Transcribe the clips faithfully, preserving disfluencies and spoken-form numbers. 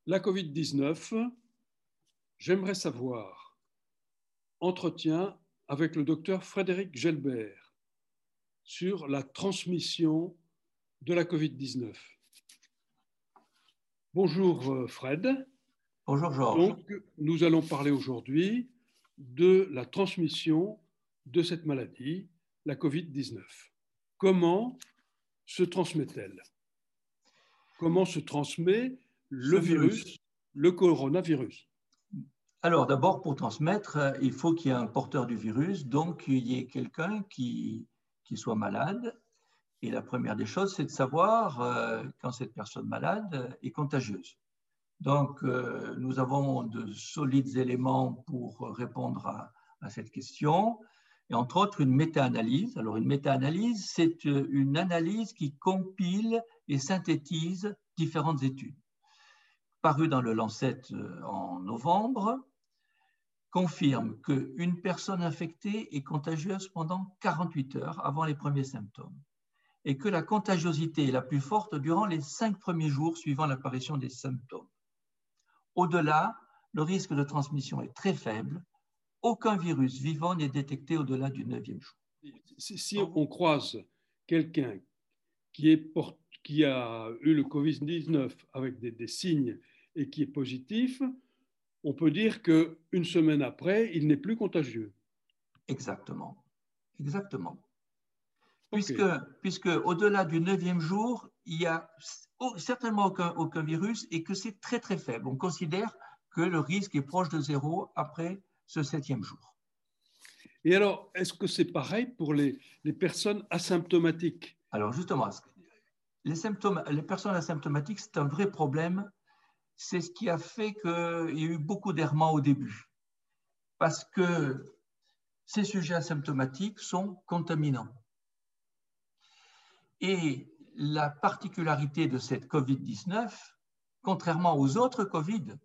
La Covid dix-neuf, j'aimerais savoir, entretien avec le docteur Frédéric Gelbert sur la transmission de la Covid dix-neuf. Bonjour Fred. Bonjour Georges. Donc, nous allons parler aujourd'hui de la transmission de cette maladie, la Covid dix-neuf. Comment se transmet-elle? Comment se transmet le virus, virus, le coronavirus? Alors d'abord, pour transmettre, il faut qu'il y ait un porteur du virus, donc qu'il y ait quelqu'un qui, qui soit malade. Et la première des choses, c'est de savoir euh, quand cette personne malade est contagieuse. Donc, euh, nous avons de solides éléments pour répondre à, à cette question, et entre autres une méta-analyse. Alors, une méta-analyse, c'est une analyse qui compile et synthétise différentes études. Parue dans le Lancet en novembre, confirme qu'une personne infectée est contagieuse pendant quarante-huit heures avant les premiers symptômes et que la contagiosité est la plus forte durant les cinq premiers jours suivant l'apparition des symptômes. Au-delà, le risque de transmission est très faible. Aucun virus vivant n'est détecté au-delà du neuvième jour. Si on croise quelqu'un qui, est port... qui a eu le Covid dix-neuf avec des, des signes et qui est positif, on peut dire qu'une semaine après, il n'est plus contagieux. Exactement. Exactement. Okay. Puisque, puisque au-delà du neuvième jour, il n'y a certainement aucun, aucun virus et que c'est très très faible. On considère que le risque est proche de zéro après ce septième jour. Et alors, est-ce que c'est pareil pour les, les personnes asymptomatiques? Alors justement, les, symptômes, les personnes asymptomatiques, c'est un vrai problème. C'est ce qui a fait qu'il y a eu beaucoup d'errements au début. Parce que ces sujets asymptomatiques sont contaminants. Et la particularité de cette Covid dix-neuf, contrairement aux autres Covid,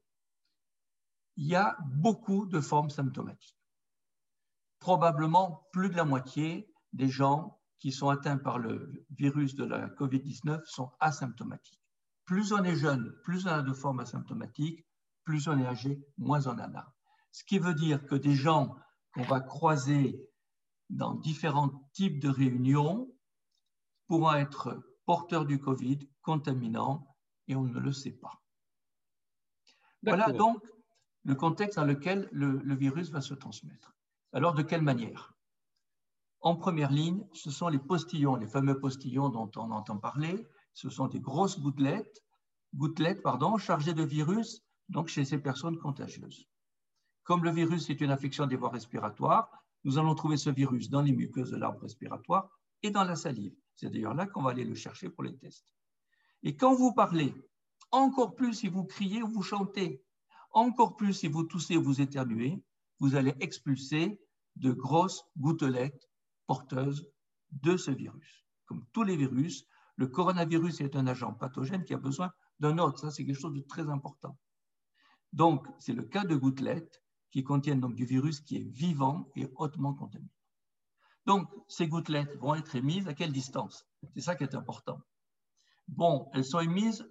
il y a beaucoup de formes symptomatiques. Probablement plus de la moitié des gens qui sont atteints par le virus de la Covid dix-neuf sont asymptomatiques. Plus on est jeune, plus on a de formes asymptomatiques, plus on est âgé, moins on en a. Ce qui veut dire que des gens qu'on va croiser dans différents types de réunions pourront être porteurs du Covid, contaminants, et on ne le sait pas. Voilà donc le contexte dans lequel le, le virus va se transmettre. Alors, de quelle manière? En première ligne, ce sont les postillons, les fameux postillons dont on entend parler. Ce sont des grosses gouttelettes, gouttelettes pardon, chargées de virus donc chez ces personnes contagieuses. Comme le virus est une infection des voies respiratoires, nous allons trouver ce virus dans les muqueuses de l'arbre respiratoire et dans la salive. C'est d'ailleurs là qu'on va aller le chercher pour les tests. Et quand vous parlez, encore plus si vous criez ou vous chantez, encore plus si vous toussez ou vous éternuez, vous allez expulser de grosses gouttelettes porteuses de ce virus. Comme tous les virus, le coronavirus est un agent pathogène qui a besoin d'un hôte. Ça, c'est quelque chose de très important. Donc, c'est le cas de gouttelettes qui contiennent donc du virus qui est vivant et hautement contaminé. Donc, ces gouttelettes vont être émises à quelle distance? C'est ça qui est important. Bon, elles sont émises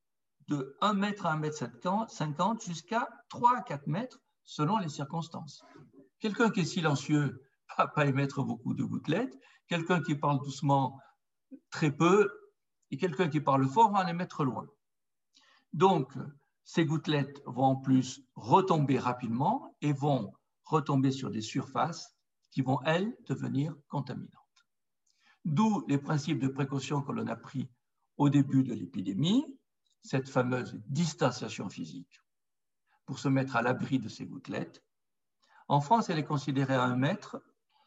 de un mètre à un mètre cinquante jusqu'à trois à quatre mètres selon les circonstances. Quelqu'un qui est silencieux ne va pas émettre beaucoup de gouttelettes, quelqu'un qui parle doucement, très peu, et quelqu'un qui parle fort va en émettre loin. Donc, ces gouttelettes vont en plus retomber rapidement et vont retomber sur des surfaces qui vont, elles, devenir contaminantes. D'où les principes de précaution que l'on a pris au début de l'épidémie, cette fameuse distanciation physique, pour se mettre à l'abri de ces gouttelettes. En France, elle est considérée à un mètre,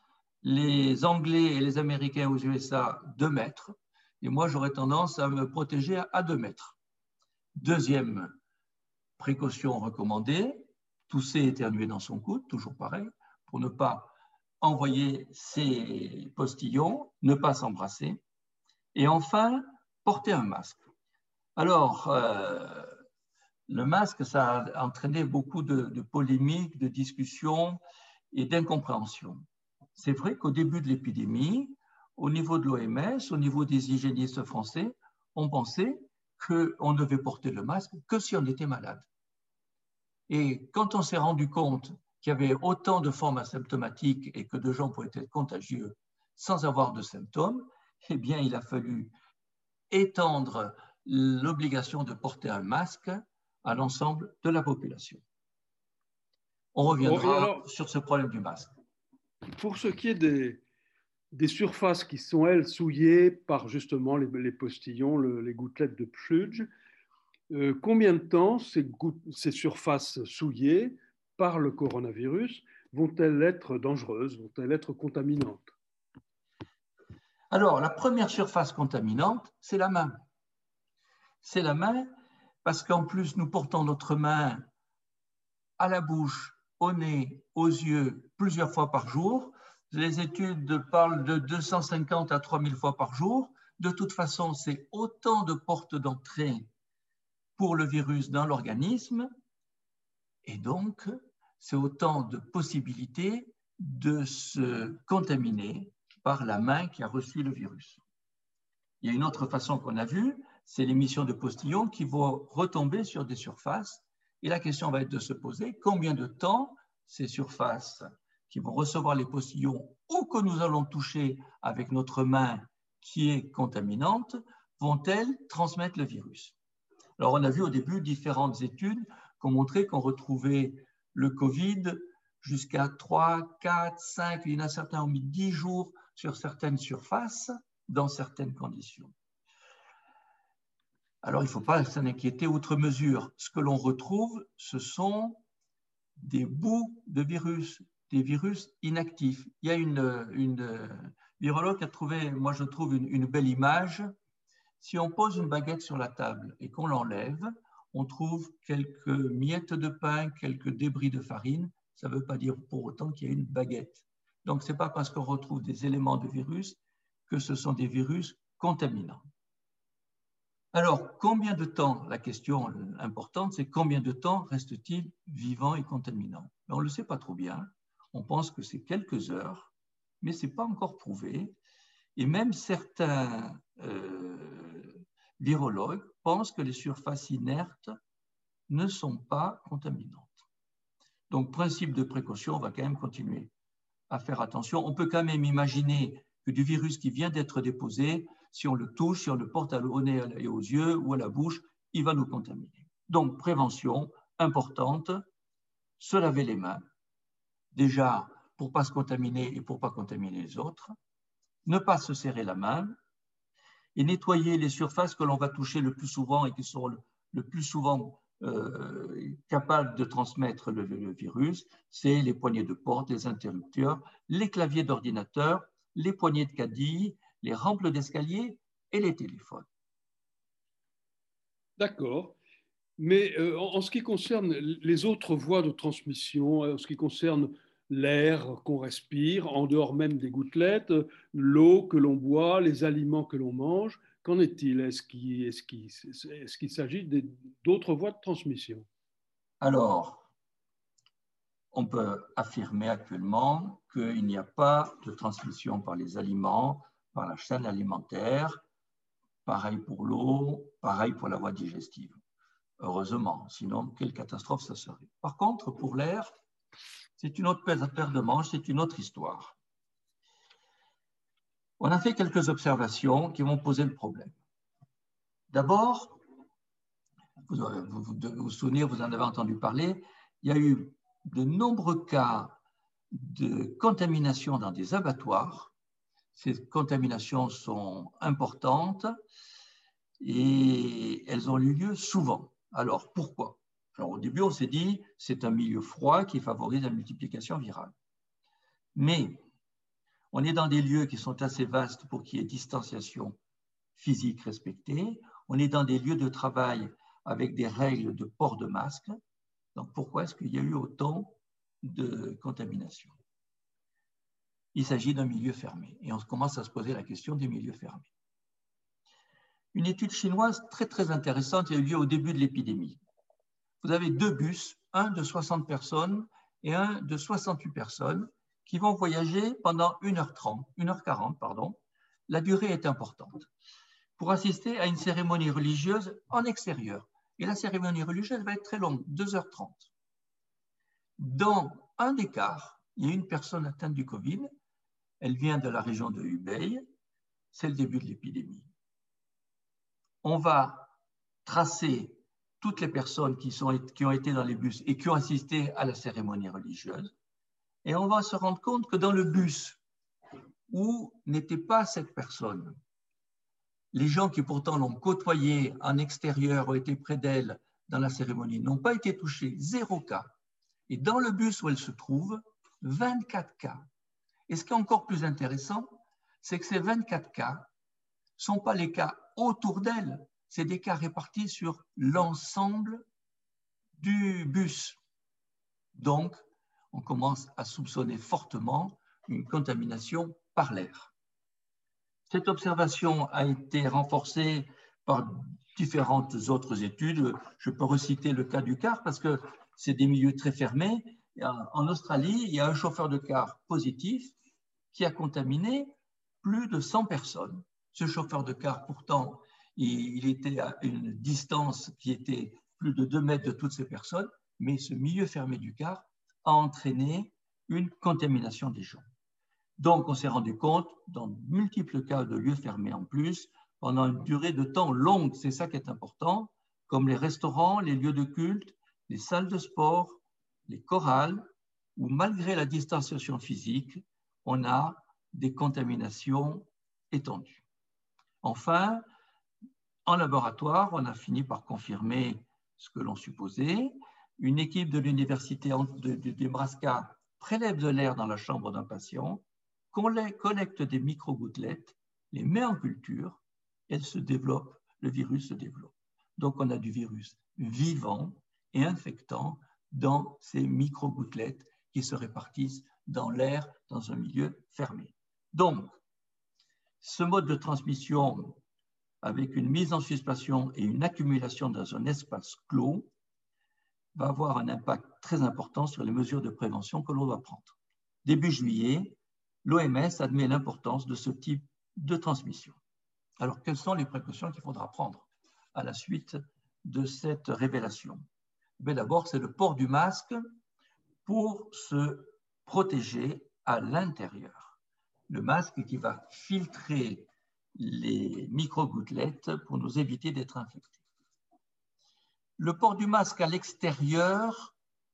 les Anglais et les Américains aux U S A, deux mètres, et moi, j'aurais tendance à me protéger à deux mètres. Deuxième précaution recommandée, tousser et éternuer dans son coude, toujours pareil, pour ne pas envoyer ces postillons, ne pas s'embrasser. Et enfin, porter un masque. Alors, euh, le masque, ça a entraîné beaucoup de, de polémiques, de discussions et d'incompréhension. C'est vrai qu'au début de l'épidémie, au niveau de l'O M S, au niveau des hygiénistes français, on pensait qu'on devait porter le masque que si on était malade. Et quand on s'est rendu compte qu'il y avait autant de formes asymptomatiques et que de gens pouvaient être contagieux sans avoir de symptômes, eh bien, il a fallu étendre l'obligation de porter un masque à l'ensemble de la population. On reviendra alors, sur ce problème du masque. Pour ce qui est des, des surfaces qui sont, elles, souillées par justement les, les postillons, le, les gouttelettes de Pschütz, euh, combien de temps ces, gouttes, ces surfaces souillées par le coronavirus vont-elles être dangereuses, vont-elles être contaminantes? Alors, la première surface contaminante, c'est la main. C'est la main parce qu'en plus, nous portons notre main à la bouche, au nez, aux yeux, plusieurs fois par jour. Les études parlent de deux cent cinquante à trois mille fois par jour. De toute façon, c'est autant de portes d'entrée pour le virus dans l'organisme. Et donc, c'est autant de possibilités de se contaminer par la main qui a reçu le virus. Il y a une autre façon qu'on a vue, c'est l'émission de postillons qui vont retomber sur des surfaces. Et la question va être de se poser combien de temps ces surfaces qui vont recevoir les postillons ou que nous allons toucher avec notre main qui est contaminante, vont-elles transmettre le virus? Alors, on a vu au début différentes études qui ont montré qu'on retrouvait le Covid jusqu'à trois, quatre, cinq, il y en a certains ont mis dix jours sur certaines surfaces, dans certaines conditions. Alors, il ne faut pas s'en inquiéter outre mesure. Ce que l'on retrouve, ce sont des bouts de virus, des virus inactifs. Il y a une, une virologue qui a trouvé, moi je trouve, une, une belle image. Si on pose une baguette sur la table et qu'on l'enlève, on trouve quelques miettes de pain, quelques débris de farine. Ça ne veut pas dire pour autant qu'il y a une baguette. Donc, ce n'est pas parce qu'on retrouve des éléments de virus que ce sont des virus contaminants. Alors, combien de temps, la question importante, c'est combien de temps reste-t-il vivant et contaminant? On ne le sait pas trop bien. On pense que c'est quelques heures, mais ce n'est pas encore prouvé. Et même certains euh, virologues pensent que les surfaces inertes ne sont pas contaminantes. Donc, principe de précaution, on va quand même continuer à faire attention. On peut quand même imaginer que du virus qui vient d'être déposé, si on le touche, si on le porte au nez et aux yeux ou à la bouche, il va nous contaminer. Donc, prévention importante, se laver les mains, déjà pour ne pas se contaminer et pour ne pas contaminer les autres, ne pas se serrer la main et nettoyer les surfaces que l'on va toucher le plus souvent et qui sont le, le plus souvent euh, capables de transmettre le, le virus, c'est les poignées de porte, les interrupteurs, les claviers d'ordinateur, les poignées de caddie, les rampes d'escalier et les téléphones. D'accord. Mais euh, en, en ce qui concerne les autres voies de transmission, en ce qui concerne l'air qu'on respire, en dehors même des gouttelettes, l'eau que l'on boit, les aliments que l'on mange, qu'en est-il? Est-ce qu'il, est-ce qu'il, est-ce qu'il s'agit d'autres voies de transmission? Alors, on peut affirmer actuellement qu'il n'y a pas de transmission par les aliments, par la chaîne alimentaire, pareil pour l'eau, pareil pour la voie digestive. Heureusement, sinon, quelle catastrophe ça serait. Par contre, pour l'air, c'est une autre paire de manches, c'est une autre histoire. On a fait quelques observations qui vont poser le problème. D'abord, vous vous, vous vous souvenez, vous en avez entendu parler, il y a eu de nombreux cas de contamination dans des abattoirs. Ces contaminations sont importantes et elles ont eu lieu souvent. Alors, pourquoi? Alors, au début, on s'est dit c'est un milieu froid qui favorise la multiplication virale. Mais on est dans des lieux qui sont assez vastes pour qu'il y ait distanciation physique respectée. On est dans des lieux de travail avec des règles de port de masque. Donc, pourquoi est-ce qu'il y a eu autant de contamination? Il s'agit d'un milieu fermé. Et on commence à se poser la question des milieux fermés. Une étude chinoise très, très intéressante a eu lieu au début de l'épidémie. Vous avez deux bus, un de soixante personnes et un de soixante-huit personnes qui vont voyager pendant une heure trente, une heure quarante, pardon. La durée est importante. pour assister à une cérémonie religieuse en extérieur. Et la cérémonie religieuse va être très longue, deux heures trente. Dans un des cas, il y a une personne atteinte du Covid, elle vient de la région de Hubei, c'est le début de l'épidémie. On va tracer toutes les personnes qui, sont, qui ont été dans les bus et qui ont assisté à la cérémonie religieuse, et on va se rendre compte que dans le bus où n'était pas cette personne, les gens qui pourtant l'ont côtoyée en extérieur, ont été près d'elle dans la cérémonie, n'ont pas été touchés, zéro cas. Et dans le bus où elle se trouve, vingt-quatre cas. Et ce qui est encore plus intéressant, c'est que ces vingt-quatre cas ne sont pas les cas autour d'elle, c'est des cas répartis sur l'ensemble du bus. Donc, on commence à soupçonner fortement une contamination par l'air. Cette observation a été renforcée par différentes autres études. Je peux reciter le cas du car parce que c'est des milieux très fermés. En Australie, il y a un chauffeur de car positif qui a contaminé plus de cent personnes. Ce chauffeur de car, pourtant, il était à une distance qui était plus de deux mètres de toutes ces personnes, mais ce milieu fermé du car a entraîné une contamination des gens. Donc, on s'est rendu compte, dans de multiples cas de lieux fermés en plus, pendant une durée de temps longue, c'est ça qui est important, comme les restaurants, les lieux de culte, les salles de sport, les chorales, où malgré la distanciation physique, on a des contaminations étendues. Enfin, en laboratoire, on a fini par confirmer ce que l'on supposait. Une équipe de l'université de, de, de Nebraska prélève de l'air dans la chambre d'un patient, collecte des micro-gouttelettes, les met en culture, elles se développent, le virus se développe. Donc, on a du virus vivant et infectant dans ces micro-gouttelettes qui se répartissent dans l'air, dans un milieu fermé. Donc, ce mode de transmission, avec une mise en suspension et une accumulation dans un espace clos, va avoir un impact très important sur les mesures de prévention que l'on doit prendre. Début juillet, l'O M S admet l'importance de ce type de transmission. Alors, quelles sont les précautions qu'il faudra prendre à la suite de cette révélation? D'abord, c'est le port du masque pour se protéger à l'intérieur. Le masque qui va filtrer les micro-gouttelettes pour nous éviter d'être infectés. Le port du masque à l'extérieur,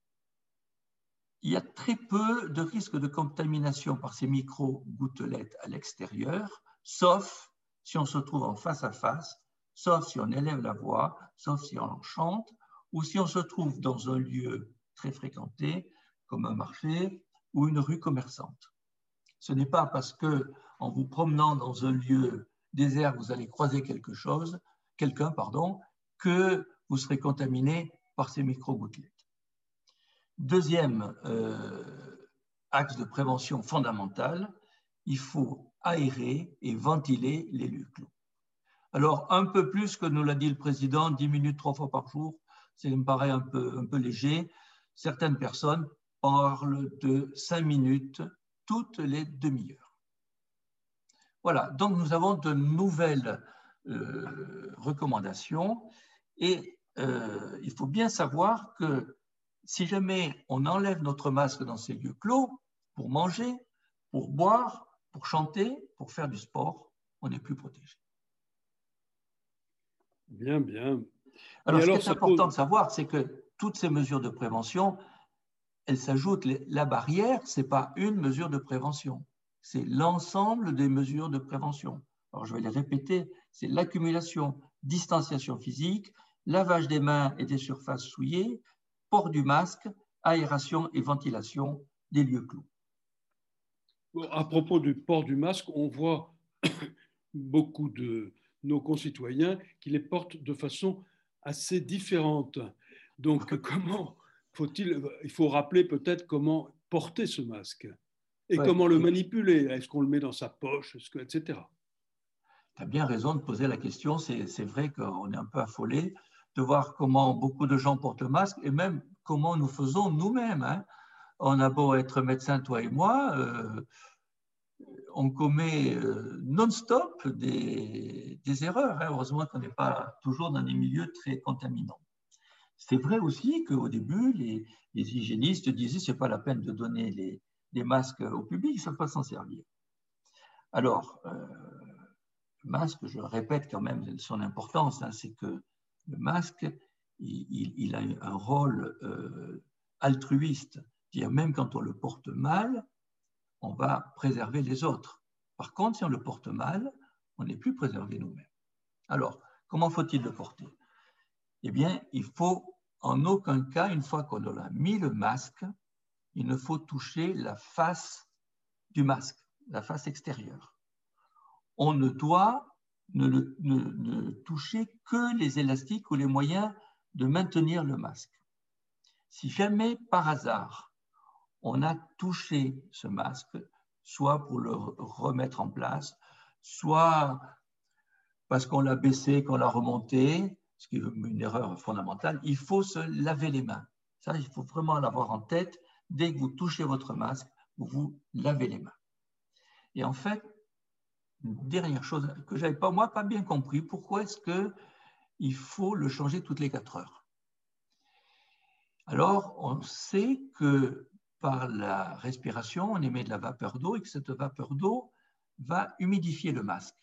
il y a très peu de risques de contamination par ces micro-gouttelettes à l'extérieur, sauf si on se trouve en face à face, sauf si on élève la voix, sauf si on chante, ou si on se trouve dans un lieu très fréquenté, comme un marché ou une rue commerçante. Ce n'est pas parce que, en vous promenant dans un lieu désert, vous allez croiser quelque chose, quelqu'un, pardon, que vous serez contaminé par ces micro-gouttelettes. Deuxième euh, axe de prévention fondamental, il faut aérer et ventiler les lieux clos. Alors, un peu plus que nous l'a dit le président, dix minutes trois fois par jour, ça me paraît un peu, un peu léger. Certaines personnes parlent de cinq minutes toutes les demi-heures. Voilà, donc nous avons de nouvelles euh, recommandations et euh, il faut bien savoir que si jamais on enlève notre masque dans ces lieux clos, pour manger, pour boire, pour chanter, pour faire du sport, on n'est plus protégé. Bien, bien. Alors, et ce alors, qui est important pose... de savoir, c'est que toutes ces mesures de prévention, elles s'ajoutent. La barrière, ce n'est pas une mesure de prévention, c'est l'ensemble des mesures de prévention. Alors, je vais les répéter, c'est l'accumulation, distanciation physique, lavage des mains et des surfaces souillées, port du masque, aération et ventilation des lieux clos. Bon, à propos du port du masque, on voit beaucoup de nos concitoyens qui les portent de façon assez différente. Donc, comment faut-il, il faut rappeler peut-être comment porter ce masque et ouais, comment le manipuler. Est-ce qu'on le met dans sa poche, est-ce que, et cetera. Tu as bien raison de poser la question. C'est, c'est vrai qu'on est un peu affolé de voir comment beaucoup de gens portent le masque et même comment nous faisons nous-mêmes. Hein. On a beau être médecin, toi et moi, euh, on commet euh, non-stop des, des erreurs. Hein. Heureusement qu'on n'est pas toujours dans des milieux très contaminants. C'est vrai aussi qu'au début, les, les hygiénistes disaient que ce n'est pas la peine de donner les, les masques au public, ils ne savent pas s'en servir. Alors, euh, le masque, je répète quand même son importance, hein, c'est que le masque, il, il, il a un rôle euh, altruiste. C'est-à-dire même quand on le porte mal, on va préserver les autres. Par contre, si on le porte mal, on n'est plus préservé nous-mêmes. Alors, comment faut-il le porter? Eh bien, il faut en aucun cas, une fois qu'on a mis le masque, il ne faut toucher la face du masque, la face extérieure. On ne doit ne, ne, ne toucher que les élastiques ou les moyens de maintenir le masque. Si jamais, par hasard, on a touché ce masque, soit pour le remettre en place, soit parce qu'on l'a baissé, qu'on l'a remonté, ce qui est une erreur fondamentale, il faut se laver les mains. Ça, il faut vraiment l'avoir en tête. Dès que vous touchez votre masque, vous vous lavez les mains. Et en fait, une dernière chose que je n'avais pas, moi, pas bien compris, pourquoi est-ce qu'il faut le changer toutes les quatre heures? Alors, on sait que par la respiration, on émet de la vapeur d'eau et que cette vapeur d'eau va humidifier le masque.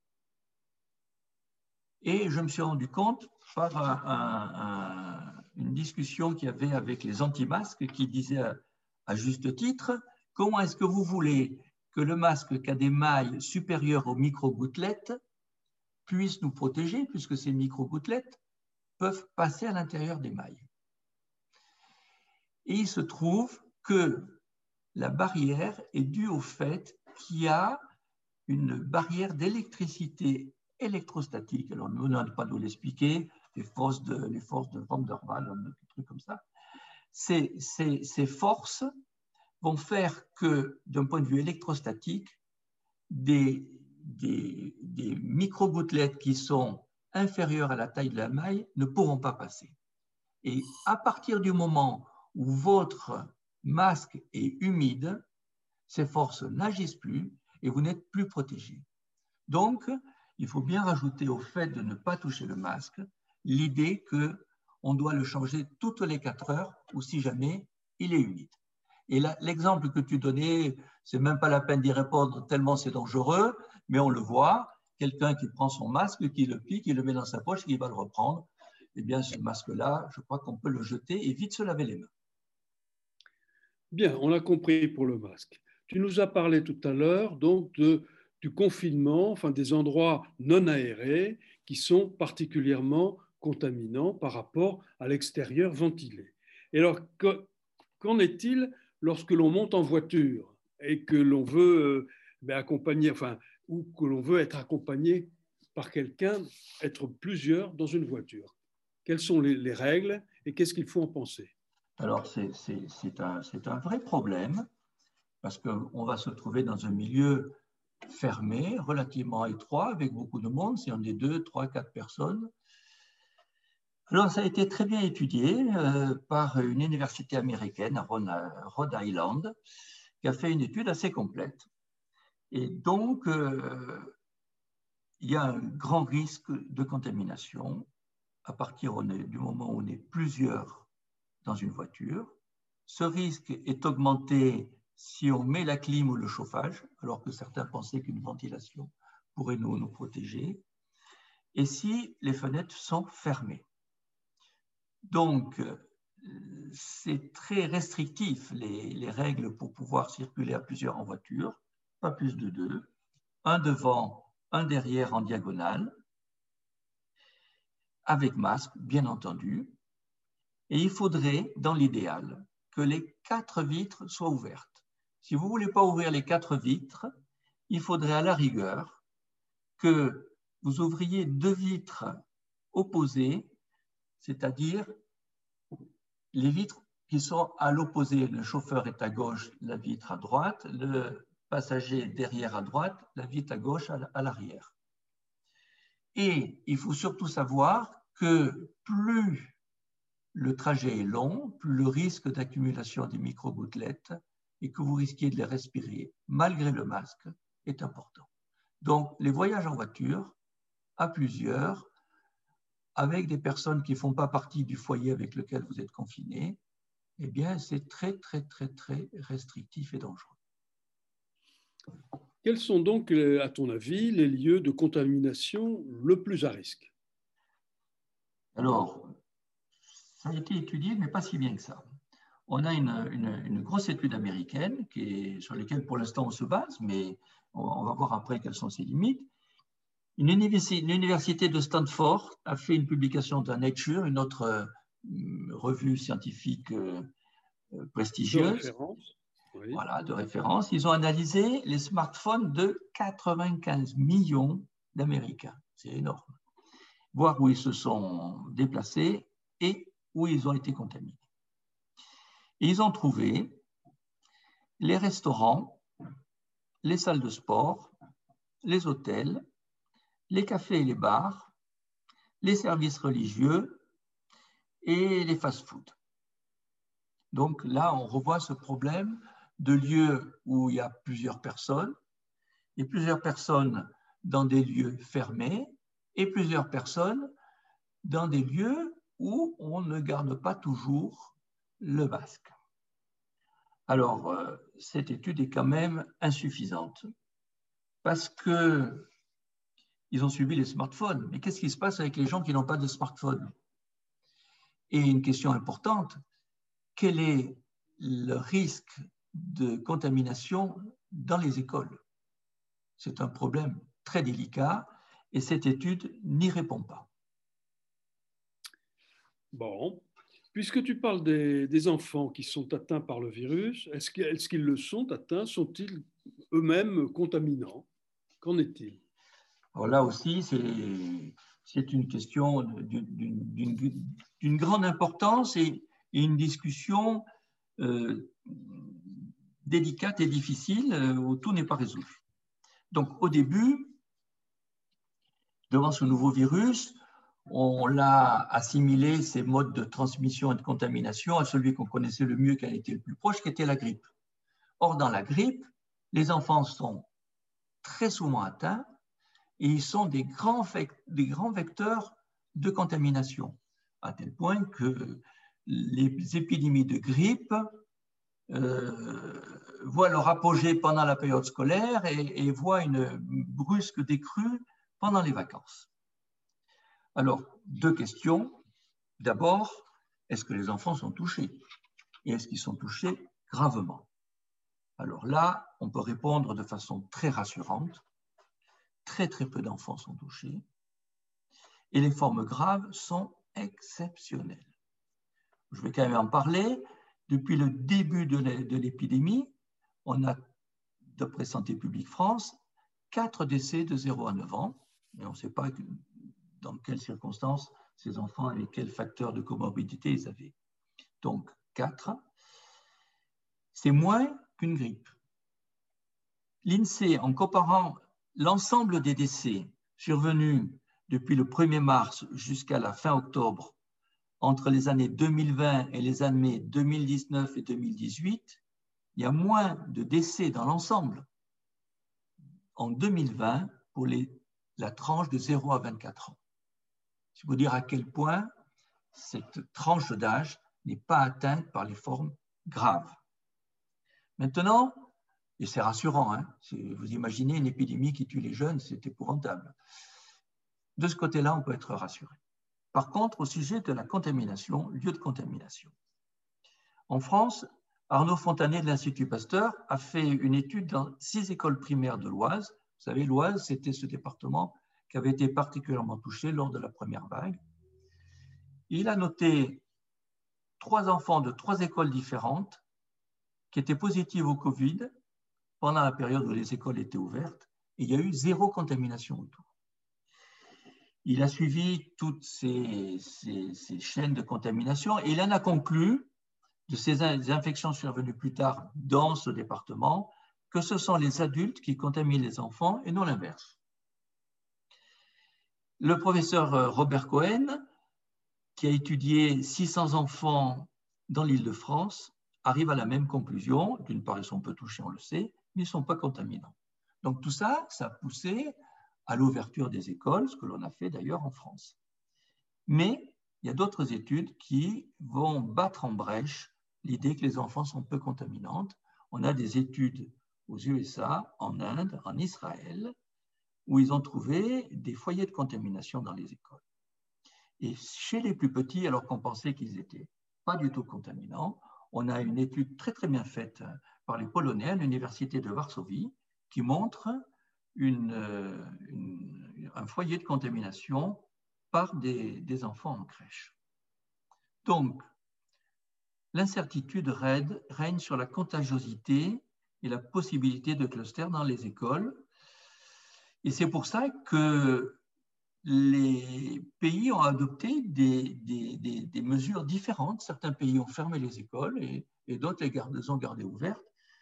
Et je me suis rendu compte par un, un, un, une discussion qu'il y avait avec les anti-masques qui disaient à, à juste titre, comment est-ce que vous voulez que le masque qui a des mailles supérieures aux micro-gouttelettes puisse nous protéger, puisque ces micro-gouttelettes peuvent passer à l'intérieur des mailles. Et il se trouve que la barrière est due au fait qu'il y a une barrière d'électricité électrostatique. Alors, nous n'allons pas nous l'expliquer, les forces de, les forces de Van der Waals, des trucs comme ça. Ces, ces, ces forces vont faire que, d'un point de vue électrostatique, des, des, des micro-gouttelettes qui sont inférieures à la taille de la maille ne pourront pas passer. Et à partir du moment où votre masque est humide, ces forces n'agissent plus et vous n'êtes plus protégé. Donc, il faut bien rajouter au fait de ne pas toucher le masque l'idée qu'on doit le changer toutes les quatre heures ou si jamais il est humide. Et l'exemple que tu donnais, c'est même pas la peine d'y répondre tellement c'est dangereux, mais on le voit, quelqu'un qui prend son masque, qui le pique, qui le met dans sa poche, qui va le reprendre, eh bien ce masque-là, je crois qu'on peut le jeter et vite se laver les mains. Bien, on a compris pour le masque. Tu nous as parlé tout à l'heure donc de, du confinement, enfin des endroits non aérés qui sont particulièrement contaminants par rapport à l'extérieur ventilé. Et alors, qu'en est-il lorsque l'on monte en voiture et que l'on veut euh, ben, accompagner, enfin, ou que l'on veut être accompagné par quelqu'un, être plusieurs dans une voiture? Quelles sont les, les règles et qu'est-ce qu'il faut en penser? Alors, c'est un, un vrai problème parce qu'on va se trouver dans un milieu fermé, relativement étroit, avec beaucoup de monde, si on est deux, trois, quatre personnes. Alors, ça a été très bien étudié euh, par une université américaine à Rhode Island, qui a fait une étude assez complète. Et donc, euh, il y a un grand risque de contamination à partir du moment où on est plusieurs dans une voiture. Ce risque est augmenté si on met la clim ou le chauffage, alors que certains pensaient qu'une ventilation pourrait nous, nous protéger, et si les fenêtres sont fermées. Donc, c'est très restrictif, les, les règles pour pouvoir circuler à plusieurs en voiture, pas plus de deux, un devant, un derrière en diagonale, avec masque, bien entendu, et il faudrait, dans l'idéal, que les quatre vitres soient ouvertes. Si vous ne voulez pas ouvrir les quatre vitres, il faudrait à la rigueur que vous ouvriez deux vitres opposées, c'est-à-dire les vitres qui sont à l'opposé. Le chauffeur est à gauche, la vitre à droite, le passager derrière à droite, la vitre à gauche à l'arrière. Et il faut surtout savoir que plus le trajet est long, plus le risque d'accumulation des micro-gouttelettes et que vous risquiez de les respirer malgré le masque est important. Donc, les voyages en voiture, à plusieurs, avec des personnes qui ne font pas partie du foyer avec lequel vous êtes confiné, eh bien, c'est très, très, très, très restrictif et dangereux. Quels sont donc, à ton avis, les lieux de contamination le plus à risque? Alors, ça a été étudié, mais pas si bien que ça. On a une, une, une grosse étude américaine qui est, sur laquelle, pour l'instant, on se base, mais on, on va voir après quelles sont ses limites. Une université, une université de Stanford a fait une publication dans Nature, une autre euh, revue scientifique euh, prestigieuse. De référence. Oui. Voilà, de référence. Ils ont analysé les smartphones de quatre-vingt-quinze millions d'Américains. C'est énorme. Voir où ils se sont déplacés et où ils ont été contaminés. Et ils ont trouvé les restaurants, les salles de sport, les hôtels, les cafés et les bars, les services religieux et les fast-foods. Donc là, on revoit ce problème de lieux où il y a plusieurs personnes, et plusieurs personnes dans des lieux fermés, et plusieurs personnes dans des lieux où on ne garde pas toujours le masque. Alors, euh, cette étude est quand même insuffisante, parce qu'ils ont suivi les smartphones. Mais qu'est-ce qui se passe avec les gens qui n'ont pas de smartphone? Et une question importante, quel est le risque de contamination dans les écoles? C'est un problème très délicat et cette étude n'y répond pas. Bon, puisque tu parles des, des enfants qui sont atteints par le virus, est-ce qu'ils, est-ce qu'ils le sont atteints? Sont-ils eux-mêmes contaminants? Qu'en est-il? Alors là aussi, c'est, c'est une question d'une, d'une, d'une grande importance et, et une discussion euh, délicate et difficile où tout n'est pas résolu. Donc au début, devant ce nouveau virus, on l'a assimilé, ces modes de transmission et de contamination, à celui qu'on connaissait le mieux, qui a été le plus proche, qui était la grippe. Or, dans la grippe, les enfants sont très souvent atteints et ils sont des grands, des grands vecteurs de contamination, à tel point que les épidémies de grippe euh, voient leur apogée pendant la période scolaire et, et voient une brusque décrue pendant les vacances. Alors, deux questions. D'abord, est-ce que les enfants sont touchés? Et est-ce qu'ils sont touchés gravement? Alors là, on peut répondre de façon très rassurante. Très, très peu d'enfants sont touchés. Et les formes graves sont exceptionnelles. Je vais quand même en parler. Depuis le début de l'épidémie, on a, d'après Santé publique France, quatre décès de zéro à neuf ans. Mais on ne sait pas dans quelles circonstances ces enfants et quels facteurs de comorbidité ils avaient. Donc, quatre. C'est moins qu'une grippe. L'INSEE, en comparant l'ensemble des décès survenus depuis le premier mars jusqu'à la fin octobre, entre les années deux mille vingt et les années deux mille dix-neuf et deux mille dix-huit, il y a moins de décès dans l'ensemble en deux mille vingt pour les, la tranche de zéro à vingt-quatre ans. C'est pour dire à quel point cette tranche d'âge n'est pas atteinte par les formes graves. Maintenant, et c'est rassurant, hein, vous imaginez une épidémie qui tue les jeunes, c'est épouvantable. De ce côté-là, on peut être rassuré. Par contre, au sujet de la contamination, lieu de contamination. En France, Arnaud Fontanet de l'Institut Pasteur a fait une étude dans six écoles primaires de l'Oise. Vous savez, l'Oise, c'était ce département qui avait été particulièrement touché lors de la première vague. Il a noté trois enfants de trois écoles différentes qui étaient positifs au Covid pendant la période où les écoles étaient ouvertes, et il y a eu zéro contamination autour. Il a suivi toutes ces, ces, ces chaînes de contamination et il en a conclu, de ces infections survenues plus tard dans ce département, que ce sont les adultes qui contaminent les enfants et non l'inverse. Le professeur Robert Cohen, qui a étudié six cents enfants dans l'Île-de-France, arrive à la même conclusion. D'une part, ils sont peu touchés, on le sait, mais ils ne sont pas contaminants. Donc tout ça, ça a poussé à l'ouverture des écoles, ce que l'on a fait d'ailleurs en France. Mais il y a d'autres études qui vont battre en brèche l'idée que les enfants sont peu contaminantes. On a des études aux U S A, en Inde, en Israël, où ils ont trouvé des foyers de contamination dans les écoles. Et chez les plus petits, alors qu'on pensait qu'ils n'étaient pas du tout contaminants, on a une étude très très bien faite par les Polonais à l'université de Varsovie qui montre une, une, un foyer de contamination par des, des enfants en crèche. Donc, l'incertitude règne sur la contagiosité et la possibilité de clusters dans les écoles. Et c'est pour ça que les pays ont adopté des, des, des, des mesures différentes. Certains pays ont fermé les écoles et, et d'autres les, les ont gardées ouvertes.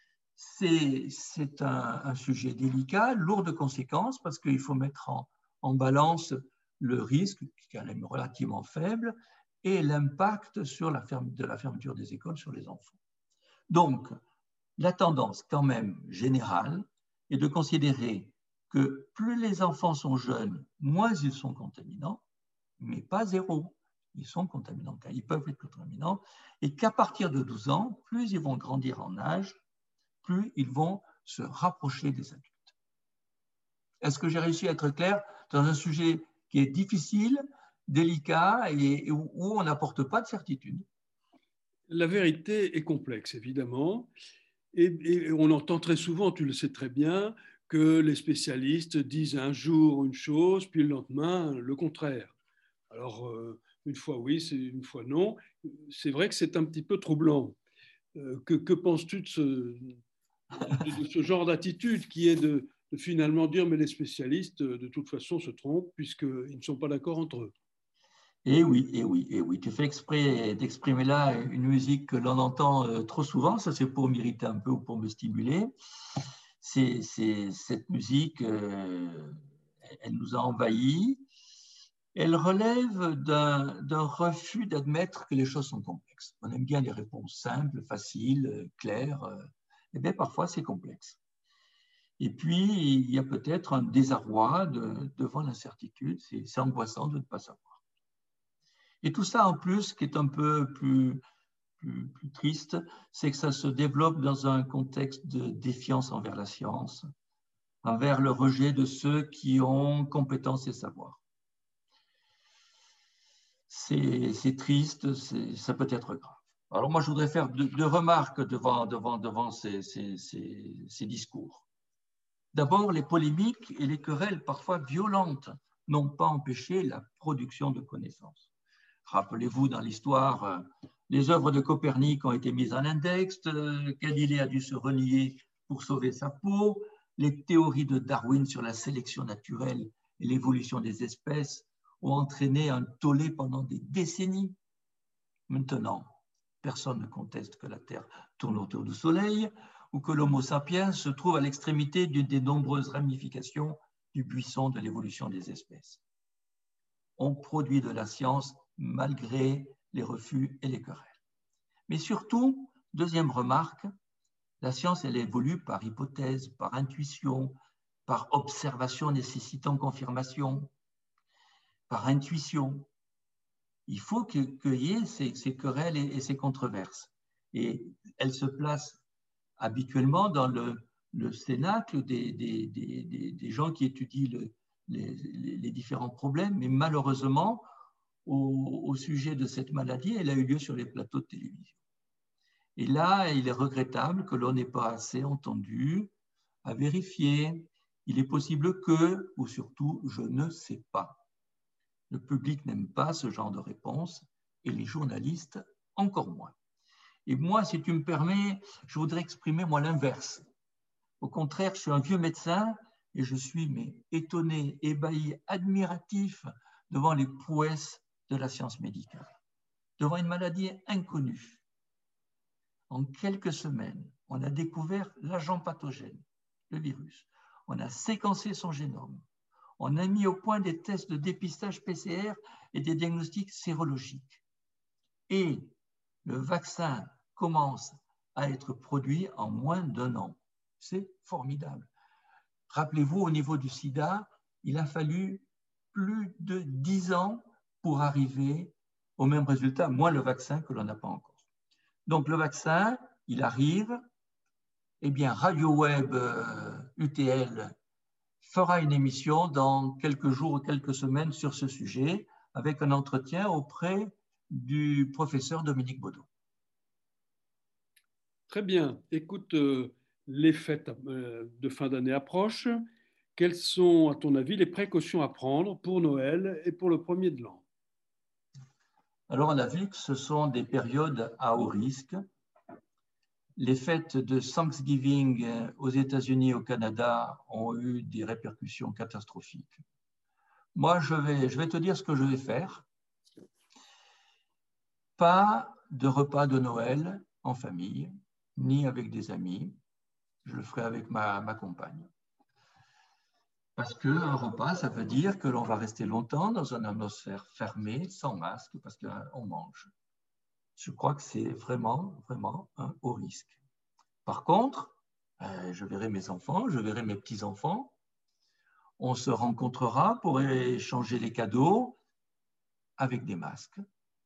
C'est un, un sujet délicat, lourd de conséquences, parce qu'il faut mettre en, en balance le risque, qui est quand même relativement faible, et l'impact sur la ferme, de la fermeture des écoles sur les enfants. Donc, la tendance quand même générale est de considérer que plus les enfants sont jeunes, moins ils sont contaminants, mais pas zéro. Ils sont contaminants, ils peuvent être contaminants, et qu'à partir de douze ans, plus ils vont grandir en âge, plus ils vont se rapprocher des adultes. Est-ce que j'ai réussi à être clair dans un sujet qui est difficile, délicat et où on n'apporte pas de certitude? La vérité est complexe, évidemment, et, et on entend très souvent, tu le sais très bien, que les spécialistes disent un jour une chose, puis le lendemain le contraire. Alors, euh, une fois oui, c'est une fois non. C'est vrai que c'est un petit peu troublant. Euh, que, que penses-tu de ce, de, de ce genre d'attitude qui est de, de finalement dire mais les spécialistes de toute façon se trompent puisqu'ils ne sont pas d'accord entre eux? Et oui, et oui, et oui. Tu fais exprès d'exprimer là une musique que l'on entend euh, trop souvent. Ça, c'est pour m'irriter un peu ou pour me stimuler. C'est, c'est, cette musique, euh, elle nous a envahis. Elle relève d'un, d'un refus d'admettre que les choses sont complexes. On aime bien les réponses simples, faciles, claires. Euh, et bien, parfois, c'est complexe. Et puis, il y a peut-être un désarroi de, devant l'incertitude. C'est, c'est angoissant de ne pas savoir. Et tout ça, en plus, ce qui est un peu plus, plus, plus triste, c'est que ça se développe dans un contexte de défiance envers la science, envers le rejet de ceux qui ont compétences et savoir. C'est, c'est triste, c'est, ça peut être grave. Alors moi, je voudrais faire deux, deux remarques devant, devant, devant ces, ces, ces, ces discours. D'abord, les polémiques et les querelles parfois violentes n'ont pas empêché la production de connaissances. Rappelez-vous, dans l'histoire, les œuvres de Copernic ont été mises en index, Galilée a dû se renier pour sauver sa peau, les théories de Darwin sur la sélection naturelle et l'évolution des espèces ont entraîné un tollé pendant des décennies. Maintenant, personne ne conteste que la Terre tourne autour du Soleil ou que l'Homo sapiens se trouve à l'extrémité d'une des nombreuses ramifications du buisson de l'évolution des espèces. On produit de la science malgré les refus et les querelles. Mais surtout, deuxième remarque, la science, elle évolue par hypothèse, par intuition, par observation nécessitant confirmation, par intuition. Il faut qu'il y ait ces, ces querelles et, et ces controverses. Et elles se placent habituellement dans le, le cénacle des, des, des, des, des gens qui étudient le, les, les différents problèmes, mais malheureusement, Au, au sujet de cette maladie, elle a eu lieu sur les plateaux de télévision. Et là, il est regrettable que l'on n'ait pas assez entendu, à vérifier. Il est possible que, ou surtout, je ne sais pas. Le public n'aime pas ce genre de réponse et les journalistes encore moins. Et moi, si tu me permets, je voudrais exprimer moi l'inverse. Au contraire, je suis un vieux médecin et je suis mais, étonné, ébahi, admiratif devant les prouesses de la science médicale, devant une maladie inconnue. En quelques semaines, on a découvert l'agent pathogène, le virus. On a séquencé son génome. On a mis au point des tests de dépistage P C R et des diagnostics sérologiques. Et le vaccin commence à être produit en moins d'un an. C'est formidable. Rappelez-vous, au niveau du sida, il a fallu plus de dix ans pour arriver au même résultat, moins le vaccin que l'on n'a pas encore. Donc le vaccin, il arrive, eh bien Radio Web euh, U T L fera une émission dans quelques jours ou quelques semaines sur ce sujet, avec un entretien auprès du professeur Dominique Baudot. Très bien. Écoute, euh, les fêtes euh, de fin d'année approchent. Quelles sont, à ton avis, les précautions à prendre pour Noël et pour le premier de l'an? Alors, on a vu que ce sont des périodes à haut risque. Les fêtes de Thanksgiving aux États-Unis et au Canada ont eu des répercussions catastrophiques. Moi, je vais, je vais te dire ce que je vais faire. Pas de repas de Noël en famille, ni avec des amis. Je le ferai avec ma, ma compagne. Parce qu'un repas, ça veut dire que l'on va rester longtemps dans une atmosphère fermée, sans masque, parce qu'on mange. Je crois que c'est vraiment, vraiment un haut risque. Par contre, euh, je verrai mes enfants, je verrai mes petits-enfants. On se rencontrera pour échanger les cadeaux avec des masques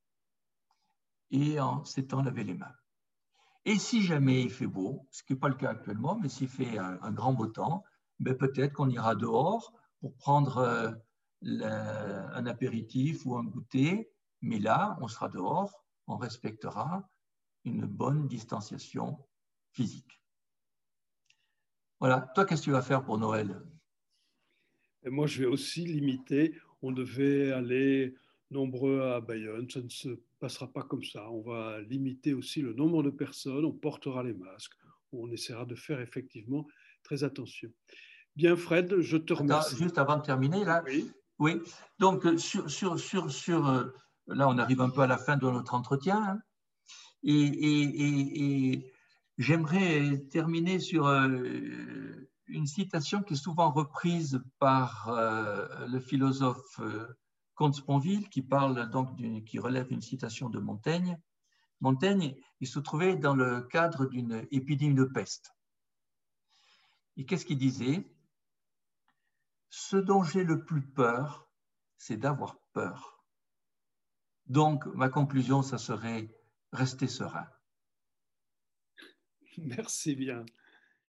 et en s'étant lavé les mains. Et si jamais il fait beau, ce qui n'est pas le cas actuellement, mais s'il fait un, un grand beau temps, ben peut-être qu'on ira dehors pour prendre euh, le, un apéritif ou un goûter, mais là, on sera dehors, on respectera une bonne distanciation physique. Voilà, toi, qu'est-ce que tu vas faire pour Noël? Et moi, je vais aussi limiter. On devait aller nombreux à Bayonne. Ça ne se passera pas comme ça. On va limiter aussi le nombre de personnes. On portera les masques. On essaiera de faire effectivement très attention. Bien, Fred, je te remercie. Attends, juste avant de terminer, là. Oui. Oui. Donc, sur, sur, sur, sur, là, on arrive un peu à la fin de notre entretien. Hein, et, et, et, et j'aimerais terminer sur euh, une citation qui est souvent reprise par euh, le philosophe euh, Comte Sponville, qui parle donc qui relève une citation de Montaigne. Montaigne, il se trouvait dans le cadre d'une épidémie de peste. Et qu'est-ce qu'il disait? Ce dont j'ai le plus peur, c'est d'avoir peur. Donc, ma conclusion, ça serait rester serein. Merci bien.